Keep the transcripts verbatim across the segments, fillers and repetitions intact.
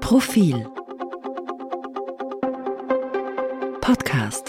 Profil Podcast.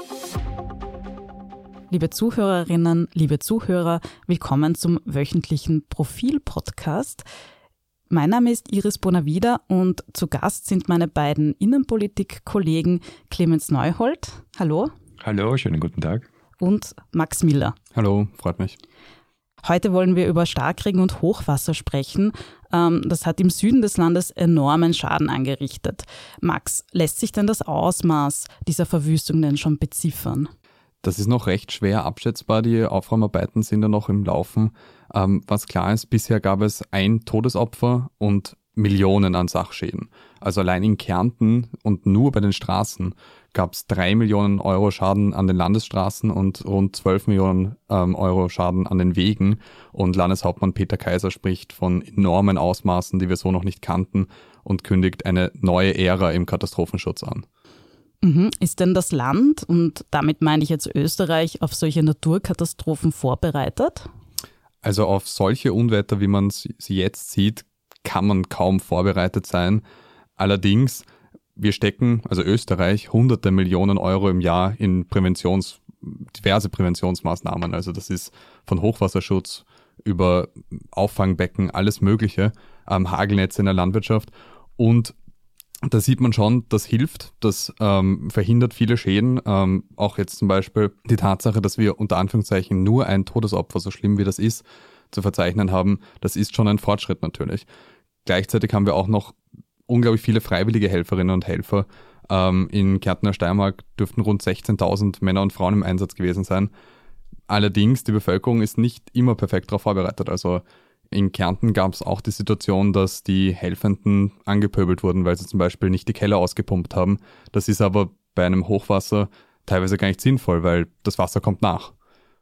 Liebe Zuhörerinnen, liebe Zuhörer, willkommen zum wöchentlichen Profil-Podcast. Mein Name ist Iris Bonavida und zu Gast sind meine beiden Innenpolitik-Kollegen Clemens Neuhold. Hallo. Hallo, schönen guten Tag. Und Max Miller. Hallo, freut mich. Heute wollen wir über Starkregen und Hochwasser sprechen. Das hat im Süden des Landes enormen Schaden angerichtet. Max, lässt sich denn das Ausmaß dieser Verwüstungen schon beziffern? Das ist noch recht schwer abschätzbar. Die Aufräumarbeiten sind ja noch im Laufen. Ähm, was klar ist, bisher gab es ein Todesopfer und Millionen an Sachschäden. Also allein in Kärnten und nur bei den Straßen gab es drei Millionen Euro Schaden an den Landesstraßen und rund zwölf Millionen ähm, Euro Schaden an den Wegen. Und Landeshauptmann Peter Kaiser spricht von enormen Ausmaßen, die wir so noch nicht kannten, und kündigt eine neue Ära im Katastrophenschutz an. Mhm. Ist denn das Land, und damit meine ich jetzt Österreich, auf solche Naturkatastrophen vorbereitet? Also auf solche Unwetter, wie man sie jetzt sieht, kann man kaum vorbereitet sein. Allerdings, wir stecken, also Österreich, hunderte Millionen Euro im Jahr in Präventions, diverse Präventionsmaßnahmen. Also das ist von Hochwasserschutz über Auffangbecken, alles Mögliche, ähm, Hagelnetze in der Landwirtschaft. Und da sieht man schon, das hilft, das ähm, verhindert viele Schäden. Ähm, auch jetzt zum Beispiel die Tatsache, dass wir unter Anführungszeichen nur ein Todesopfer, so schlimm wie das ist, zu verzeichnen haben, das ist schon ein Fortschritt natürlich. Gleichzeitig haben wir auch noch unglaublich viele freiwillige Helferinnen und Helfer. Ähm, in Kärntner Steiermark dürften rund sechzehntausend Männer und Frauen im Einsatz gewesen sein. Allerdings, die Bevölkerung ist nicht immer perfekt darauf vorbereitet. Also in Kärnten gab es auch die Situation, dass die Helfenden angepöbelt wurden, weil sie zum Beispiel nicht die Keller ausgepumpt haben. Das ist aber bei einem Hochwasser teilweise gar nicht sinnvoll, weil das Wasser kommt nach.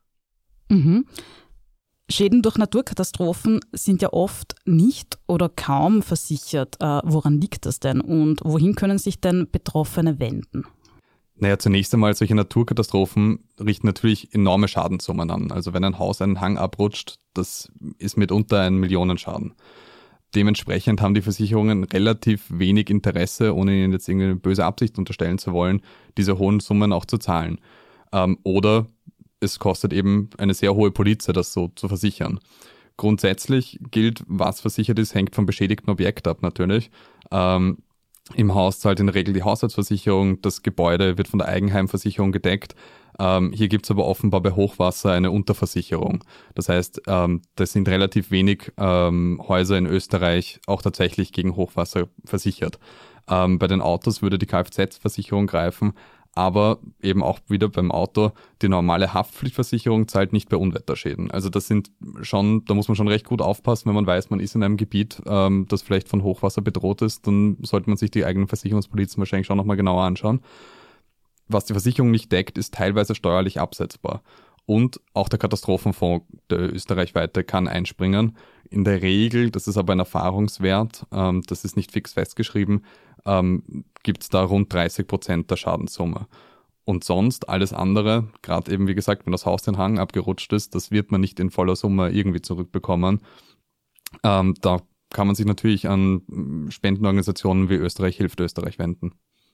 Mhm. Schäden durch Naturkatastrophen sind ja oft nicht oder kaum versichert. Äh, woran liegt das denn und wohin können sich denn Betroffene wenden? Naja, zunächst einmal, solche Naturkatastrophen richten natürlich enorme Schadenssummen an. Also wenn ein Haus einen Hang abrutscht, das ist mitunter ein Millionenschaden. Dementsprechend haben die Versicherungen relativ wenig Interesse, ohne ihnen jetzt irgendeine böse Absicht unterstellen zu wollen, diese hohen Summen auch zu zahlen. Ähm, oder es kostet eben eine sehr hohe Police, das so zu versichern. Grundsätzlich gilt, was versichert ist, hängt vom beschädigten Objekt ab natürlich. Ähm, Im Haus zahlt in der Regel die Haushaltsversicherung, das Gebäude wird von der Eigenheimversicherung gedeckt. Ähm, hier gibt es aber offenbar bei Hochwasser eine Unterversicherung. Das heißt, ähm, das sind relativ wenig ähm, Häuser in Österreich auch tatsächlich gegen Hochwasser versichert. Ähm, bei den Autos würde die Kfz-Versicherung greifen, aber eben auch wieder beim Auto, die normale Haftpflichtversicherung zahlt nicht bei Unwetterschäden. Also das sind schon, da muss man schon recht gut aufpassen, wenn man weiß, man ist in einem Gebiet, ähm, das vielleicht von Hochwasser bedroht ist, dann sollte man sich die eigenen Versicherungspolizen wahrscheinlich schon nochmal genauer anschauen. Was die Versicherung nicht deckt, ist teilweise steuerlich absetzbar. Und auch der Katastrophenfonds, der österreichweite, kann einspringen. In der Regel, das ist aber ein Erfahrungswert, ähm, das ist nicht fix festgeschrieben, ähm, gibt es da rund dreißig Prozent der Schadenssumme. Und sonst alles andere, gerade eben wie gesagt, wenn das Haus den Hang abgerutscht ist, das wird man nicht in voller Summe irgendwie zurückbekommen. Ähm, da kann man sich natürlich an Spendenorganisationen wie Österreich hilft Österreich wenden.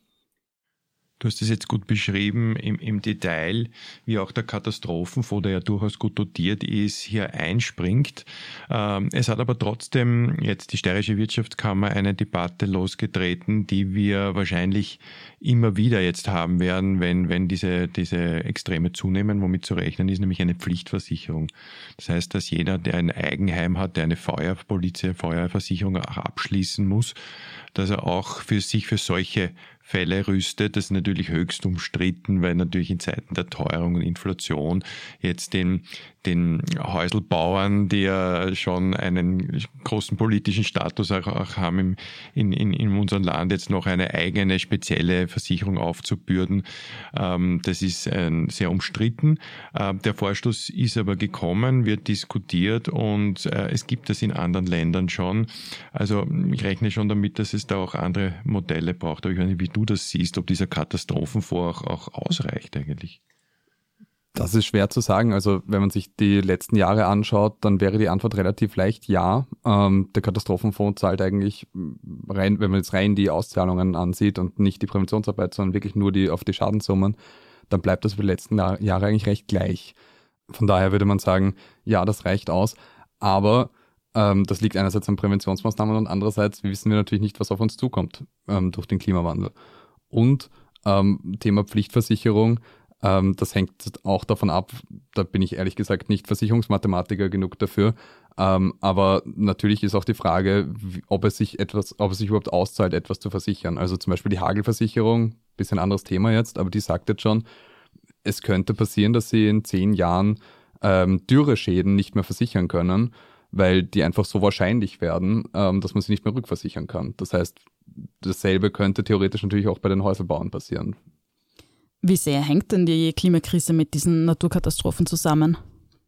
Du hast es jetzt gut beschrieben im, im Detail, wie auch der Katastrophenfonds, der ja durchaus gut dotiert ist, hier einspringt. Ähm, es hat aber trotzdem jetzt die Steirische Wirtschaftskammer eine Debatte losgetreten, die wir wahrscheinlich immer wieder jetzt haben werden, wenn, wenn diese, diese Extreme zunehmen, womit zu rechnen ist, nämlich eine Pflichtversicherung. Das heißt, dass jeder, der ein Eigenheim hat, der eine Feuerpolizei, Feuerversicherung auch abschließen muss, dass er auch für sich für solche Fälle rüstet. Das ist natürlich höchst umstritten, weil natürlich in Zeiten der Teuerung und Inflation jetzt den, den Häuselbauern, die ja schon einen großen politischen Status auch, auch haben im, in, in, in unserem Land, jetzt noch eine eigene spezielle Versicherung aufzubürden. Ähm, das ist äh, sehr umstritten. Äh, der Vorstoß ist aber gekommen, wird diskutiert und äh, es gibt das in anderen Ländern schon. Also ich rechne schon damit, dass es da auch andere Modelle braucht. Aber ich weiß nicht, wie du das siehst, ob dieser Katastrophenfonds auch, auch ausreicht eigentlich. Das ist schwer zu sagen. Also wenn man sich die letzten Jahre anschaut, dann wäre die Antwort relativ leicht ja. Ähm, der Katastrophenfonds zahlt eigentlich rein, wenn man jetzt rein die Auszahlungen ansieht und nicht die Präventionsarbeit, sondern wirklich nur die auf die Schadenssummen, dann bleibt das für die letzten Jahre eigentlich recht gleich. Von daher würde man sagen, ja, das reicht aus. Aber ähm, das liegt einerseits an Präventionsmaßnahmen und andererseits wissen wir natürlich nicht, was auf uns zukommt ähm, durch den Klimawandel. Und ähm, Thema Pflichtversicherung, das hängt auch davon ab, da bin ich ehrlich gesagt nicht Versicherungsmathematiker genug dafür, aber natürlich ist auch die Frage, ob es sich etwas, ob es sich überhaupt auszahlt, etwas zu versichern. Also zum Beispiel die Hagelversicherung, bisschen anderes Thema jetzt, aber die sagt jetzt schon, es könnte passieren, dass sie in zehn Jahren ähm, Dürreschäden nicht mehr versichern können, weil die einfach so wahrscheinlich werden, ähm, dass man sie nicht mehr rückversichern kann. Das heißt, dasselbe könnte theoretisch natürlich auch bei den Häuselbauern passieren. Wie sehr hängt denn die Klimakrise mit diesen Naturkatastrophen zusammen?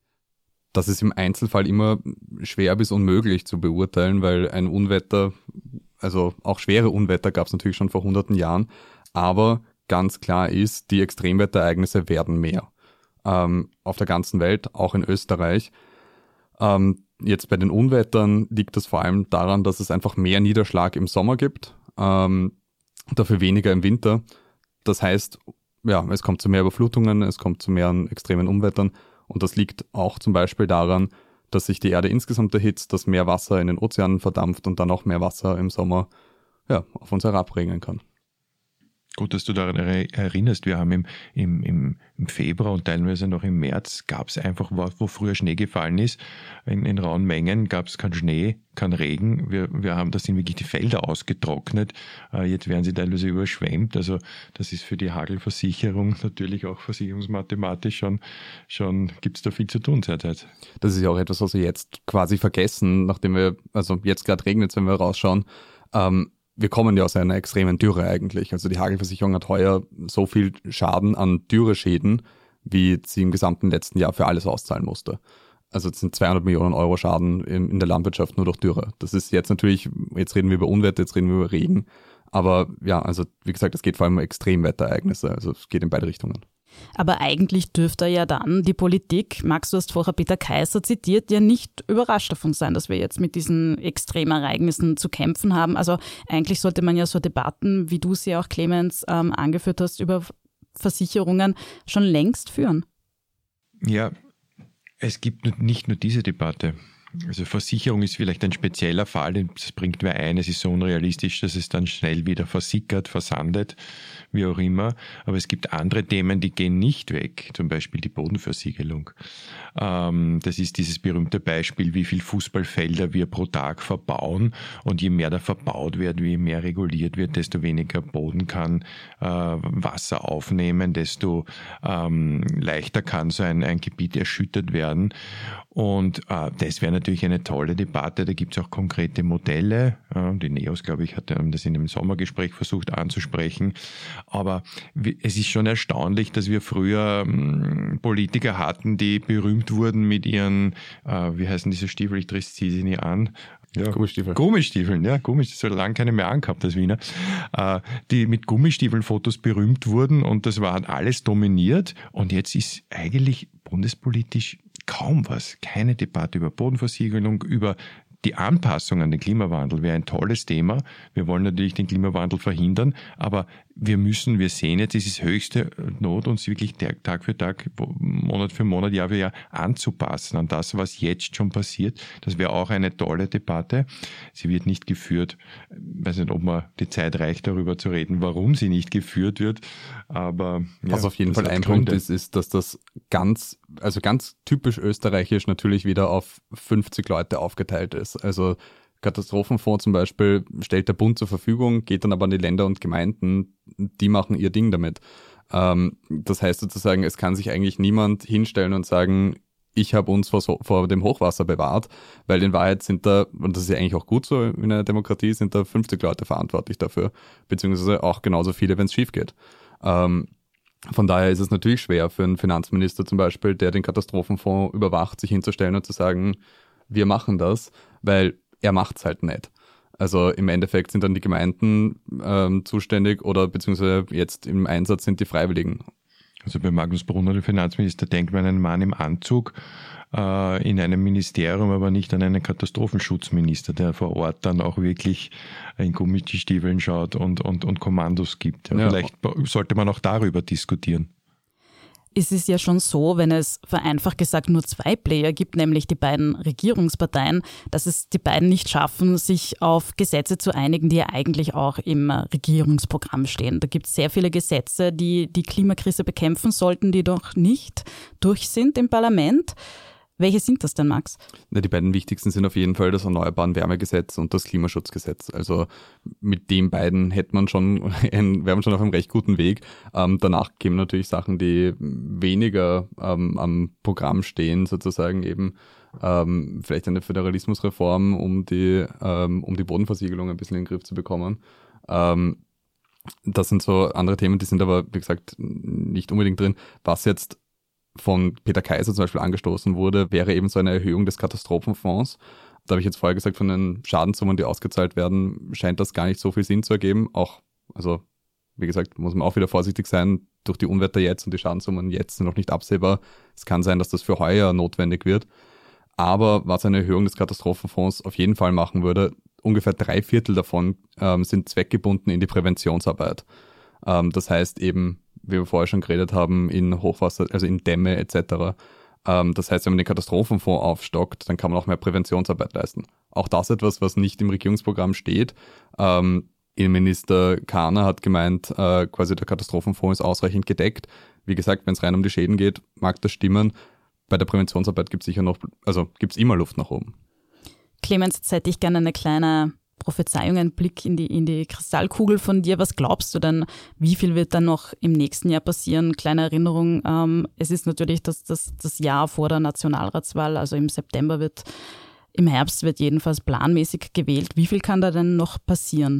Das ist im Einzelfall immer schwer bis unmöglich zu beurteilen, weil ein Unwetter, also auch schwere Unwetter gab es natürlich schon vor hunderten Jahren, aber ganz klar ist, die Extremwetterereignisse werden mehr. Ähm, auf der ganzen Welt, auch in Österreich. Ähm, jetzt bei den Unwettern liegt das vor allem daran, dass es einfach mehr Niederschlag im Sommer gibt, ähm, dafür weniger im Winter. Das heißt, ja, es kommt zu mehr Überflutungen, es kommt zu mehr extremen Unwettern und das liegt auch zum Beispiel daran, dass sich die Erde insgesamt erhitzt, dass mehr Wasser in den Ozeanen verdampft und dann auch mehr Wasser im Sommer ja, auf uns herabregnen kann. Gut, dass du daran erinnerst. Wir haben im, im, im, im Februar und teilweise noch im März gab es einfach, wo, wo früher Schnee gefallen ist, in, in rauen Mengen gab es keinen Schnee, keinen Regen. Wir, wir haben, da sind wirklich die Felder ausgetrocknet. Äh, jetzt werden sie teilweise überschwemmt. Also das ist für die Hagelversicherung natürlich auch versicherungsmathematisch schon, schon gibt es da viel zu tun zurzeit. Das ist ja auch etwas, was wir jetzt quasi vergessen, nachdem wir, also jetzt gerade regnet es, wenn wir rausschauen, ähm, wir kommen ja aus einer extremen Dürre eigentlich. Also die Hagelversicherung hat heuer so viel Schaden an Dürreschäden, wie sie im gesamten letzten Jahr für alles auszahlen musste. Also es sind zweihundert Millionen Euro Schaden in, in der Landwirtschaft nur durch Dürre. Das ist jetzt natürlich, jetzt reden wir über Unwetter, jetzt reden wir über Regen. Aber ja, also wie gesagt, es geht vor allem um Extremwetterereignisse. Also es geht in beide Richtungen. Aber eigentlich dürfte ja dann die Politik, Max, du hast vorher Peter Kaiser zitiert, ja nicht überrascht davon sein, dass wir jetzt mit diesen Extremereignissen zu kämpfen haben. Also eigentlich sollte man ja so Debatten, wie du sie auch, Clemens, ähm, angeführt hast, über Versicherungen schon längst führen. Ja, es gibt nicht nur diese Debatte. Also Versicherung ist vielleicht ein spezieller Fall, das bringt mir ein, es ist so unrealistisch, dass es dann schnell wieder versickert, versandet, wie auch immer. Aber es gibt andere Themen, die gehen nicht weg, zum Beispiel die Bodenversiegelung. Ähm, das ist dieses berühmte Beispiel, wie viel Fußballfelder wir pro Tag verbauen, und je mehr da verbaut wird, je mehr reguliert wird, desto weniger Boden kann äh, Wasser aufnehmen, desto ähm, leichter kann so ein, ein Gebiet erschüttert werden. Und äh, das wäre natürlich eine tolle Debatte, da gibt es auch konkrete Modelle. Ja, die NEOS, glaube ich, hat das in dem Sommergespräch versucht anzusprechen. Aber es ist schon erstaunlich, dass wir früher ähm, Politiker hatten, die berühmt wurden mit ihren, äh, wie heißen diese Stiefel, ich ziehe sie nie an. Ja, Gummistiefel. Gummistiefeln, ja, Gummistiefeln, so lange keine mehr angehabt als Wiener, äh, die mit Gummistiefeln-Fotos berühmt wurden, und das war hat alles dominiert, und jetzt ist eigentlich bundespolitisch kaum was. Keine Debatte über Bodenversiegelung, über die Anpassung an den Klimawandel wäre ein tolles Thema. Wir wollen natürlich den Klimawandel verhindern, aber wir müssen, wir sehen jetzt, es ist höchste Not, uns wirklich Tag für Tag, Monat für Monat, Jahr für Jahr anzupassen an das, was jetzt schon passiert. Das wäre auch eine tolle Debatte. Sie wird nicht geführt. Ich weiß nicht, ob man die Zeit reicht, darüber zu reden, warum sie nicht geführt wird. Aber ja, was auf jeden Fall ein Punkt ist, ist, dass das ganz, also ganz typisch österreichisch natürlich wieder auf fünfzig Leute aufgeteilt ist. Also Katastrophenfonds zum Beispiel stellt der Bund zur Verfügung, geht dann aber an die Länder und Gemeinden, die machen ihr Ding damit. Ähm, das heißt sozusagen, es kann sich eigentlich niemand hinstellen und sagen, ich habe uns vor, so, vor dem Hochwasser bewahrt, weil in Wahrheit sind da, und das ist ja eigentlich auch gut so in einer Demokratie, sind da fünfzig Leute verantwortlich dafür, beziehungsweise auch genauso viele, wenn es schief geht. Ähm, Von daher ist es natürlich schwer für einen Finanzminister zum Beispiel, der den Katastrophenfonds überwacht, sich hinzustellen und zu sagen, wir machen das, weil er macht es halt nicht. Also im Endeffekt sind dann die Gemeinden ähm, zuständig oder beziehungsweise jetzt im Einsatz sind die Freiwilligen. Also bei Magnus Brunner, dem Finanzminister, denkt man an einen Mann im Anzug äh, in einem Ministerium, aber nicht an einen Katastrophenschutzminister, der vor Ort dann auch wirklich in Gummistiefeln schaut und, und, und Kommandos gibt. Ja, ja. Vielleicht sollte man auch darüber diskutieren. Es ist ja schon so, wenn es vereinfacht gesagt nur zwei Player gibt, nämlich die beiden Regierungsparteien, dass es die beiden nicht schaffen, sich auf Gesetze zu einigen, die ja eigentlich auch im Regierungsprogramm stehen. Da gibt es sehr viele Gesetze, die die Klimakrise bekämpfen sollten, die doch nicht durch sind im Parlament. Welche sind das denn, Max? Na, die beiden wichtigsten sind auf jeden Fall das Erneuerbaren Wärmegesetz und das Klimaschutzgesetz. Also mit den beiden hätte man schon, wäre man schon auf einem recht guten Weg. Ähm, danach kämen natürlich Sachen, die weniger ähm, am Programm stehen, sozusagen eben ähm, vielleicht eine Föderalismusreform, um die, ähm, um die Bodenversiegelung ein bisschen in den Griff zu bekommen. Ähm, das sind so andere Themen, die sind aber, wie gesagt, nicht unbedingt drin. Was jetzt von Peter Kaiser zum Beispiel angestoßen wurde, wäre eben so eine Erhöhung des Katastrophenfonds. Da habe ich jetzt vorher gesagt, von den Schadenssummen, die ausgezahlt werden, scheint das gar nicht so viel Sinn zu ergeben. Auch, also wie gesagt, muss man auch wieder vorsichtig sein, durch die Unwetter jetzt und die Schadenssummen jetzt sind noch nicht absehbar. Es kann sein, dass das für heuer notwendig wird. Aber was eine Erhöhung des Katastrophenfonds auf jeden Fall machen würde, ungefähr drei Viertel davon ähm, sind zweckgebunden in die Präventionsarbeit. Ähm, das heißt eben, wie wir vorher schon geredet haben, in Hochwasser, also in Dämme et cetera. Ähm, das heißt, wenn man den Katastrophenfonds aufstockt, dann kann man auch mehr Präventionsarbeit leisten. Auch das etwas, was nicht im Regierungsprogramm steht. Ähm, Innenminister Kahner hat gemeint, äh, quasi der Katastrophenfonds ist ausreichend gedeckt. Wie gesagt, wenn es rein um die Schäden geht, mag das stimmen. Bei der Präventionsarbeit gibt es sicher noch, also gibt es immer Luft nach oben. Clemens, jetzt hätte ich gerne eine kleine Prophezeiung, einen Blick in die, in die Kristallkugel von dir. Was glaubst du denn, wie viel wird dann noch im nächsten Jahr passieren? Kleine Erinnerung, ähm, es ist natürlich das, das, das Jahr vor der Nationalratswahl, also im September wird, im Herbst wird jedenfalls planmäßig gewählt. Wie viel kann da denn noch passieren?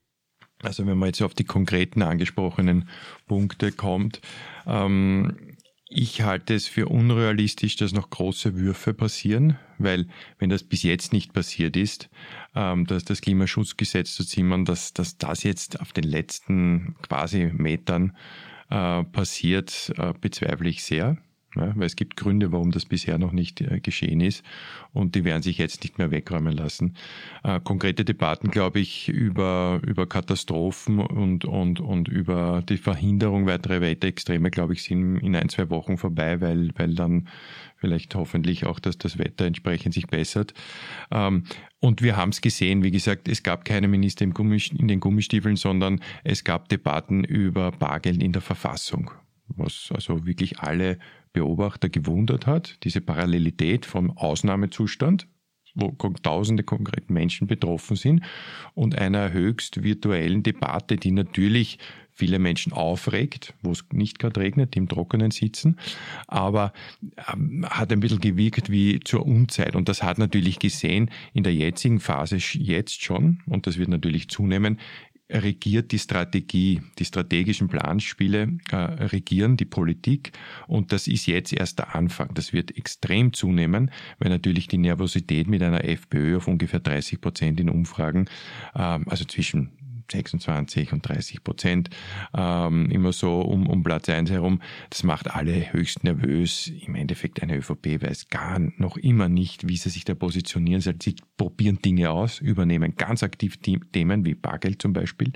Also wenn man jetzt auf die konkreten angesprochenen Punkte kommt, ähm, ich halte es für unrealistisch, dass noch große Würfe passieren, weil wenn das bis jetzt nicht passiert ist, ähm, dass das Klimaschutzgesetz zu zimmern, dass, dass das jetzt auf den letzten quasi Metern äh, passiert, äh, bezweifle ich sehr. Ja, weil es gibt Gründe, warum das bisher noch nicht äh, geschehen ist und die werden sich jetzt nicht mehr wegräumen lassen. Äh, konkrete Debatten, glaube ich, über, über Katastrophen und, und, und über die Verhinderung weiterer Wetterextreme, glaube ich, sind in ein, zwei Wochen vorbei, weil, weil dann vielleicht hoffentlich auch, dass das Wetter entsprechend sich bessert. Ähm, und wir haben es gesehen, wie gesagt, es gab keine Minister im Gummis, in den Gummistiefeln, sondern es gab Debatten über Bargeld in der Verfassung, was also wirklich alle Beobachter gewundert hat, diese Parallelität vom Ausnahmezustand, wo tausende konkrete Menschen betroffen sind, und einer höchst virtuellen Debatte, die natürlich viele Menschen aufregt, wo es nicht gerade regnet, die im Trockenen sitzen, aber ähm, hat ein bisschen gewirkt wie zur Unzeit. Und das hat natürlich gesehen in der jetzigen Phase jetzt schon, und das wird natürlich zunehmen, regiert die Strategie, die strategischen Planspiele äh, regieren die Politik, und das ist jetzt erst der Anfang. Das wird extrem zunehmen, weil natürlich die Nervosität mit einer FPÖ auf ungefähr dreißig Prozent in Umfragen, ähm, also zwischen sechsundzwanzig und dreißig Prozent, ähm, immer so um, um Platz eins herum. Das macht alle höchst nervös. Im Endeffekt eine ÖVP weiß gar noch immer nicht, wie sie sich da positionieren soll. Sie probieren Dinge aus, übernehmen ganz aktiv Themen wie Bargeld zum Beispiel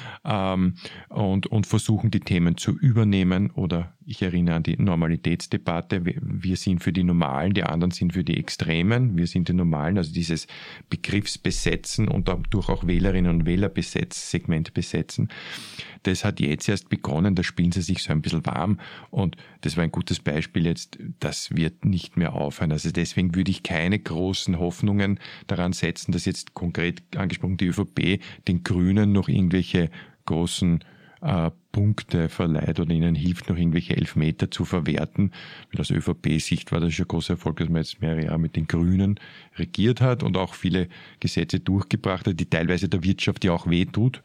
ähm, und, und versuchen die Themen zu übernehmen. Oder ich erinnere an die Normalitätsdebatte. Wir, wir sind für die Normalen, die anderen sind für die Extremen. Wir sind die Normalen, also dieses Begriffsbesetzen und dadurch auch Wählerinnen und Wähler besetzen, Segment besetzen. Das hat jetzt erst begonnen, da spielen sie sich so ein bisschen warm, und das war ein gutes Beispiel jetzt, das wird nicht mehr aufhören. Also deswegen würde ich keine großen Hoffnungen daran setzen, dass jetzt konkret angesprochen die ÖVP den Grünen noch irgendwelche großen äh, Punkte verleiht oder ihnen hilft, noch irgendwelche Elfmeter zu verwerten. Weil aus ÖVP-Sicht war das schon ein großer Erfolg, dass man jetzt mehrere Jahre mit den Grünen regiert hat und auch viele Gesetze durchgebracht hat, die teilweise der Wirtschaft ja auch wehtut.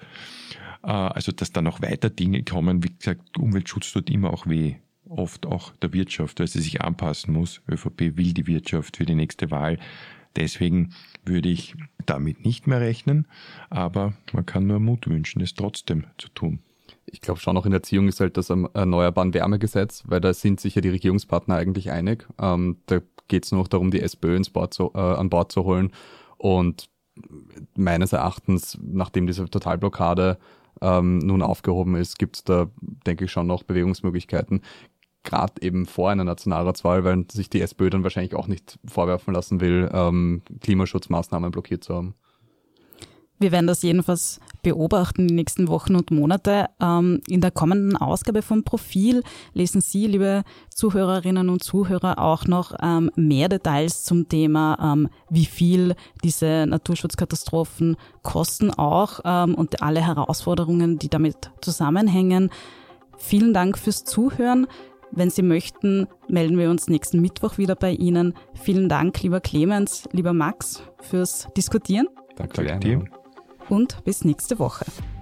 Also, dass da noch weiter Dinge kommen. Wie gesagt, Umweltschutz tut immer auch weh. Oft auch der Wirtschaft, weil sie sich anpassen muss. ÖVP will die Wirtschaft für die nächste Wahl. Deswegen würde ich damit nicht mehr rechnen. Aber man kann nur Mut wünschen, es trotzdem zu tun. Ich glaube schon noch in der Erziehung ist halt das Erneuerbaren Wärmegesetz, weil da sind sich ja die Regierungspartner eigentlich einig. Ähm, da geht es nur noch darum, die SPÖ ins Bord zu, äh, an Bord zu holen. Und meines Erachtens, nachdem diese Totalblockade ähm, nun aufgehoben ist, gibt es da, denke ich, schon noch Bewegungsmöglichkeiten. Gerade eben vor einer Nationalratswahl, weil sich die SPÖ dann wahrscheinlich auch nicht vorwerfen lassen will, ähm, Klimaschutzmaßnahmen blockiert zu haben. Wir werden das jedenfalls beobachten die nächsten Wochen und Monate. Ähm, in der kommenden Ausgabe vom Profil lesen Sie, liebe Zuhörerinnen und Zuhörer, auch noch ähm, mehr Details zum Thema, ähm, wie viel diese Naturschutzkatastrophen kosten auch ähm, und alle Herausforderungen, die damit zusammenhängen. Vielen Dank fürs Zuhören. Wenn Sie möchten, melden wir uns nächsten Mittwoch wieder bei Ihnen. Vielen Dank, lieber Clemens, lieber Max, fürs Diskutieren. Danke dir. Und bis nächste Woche.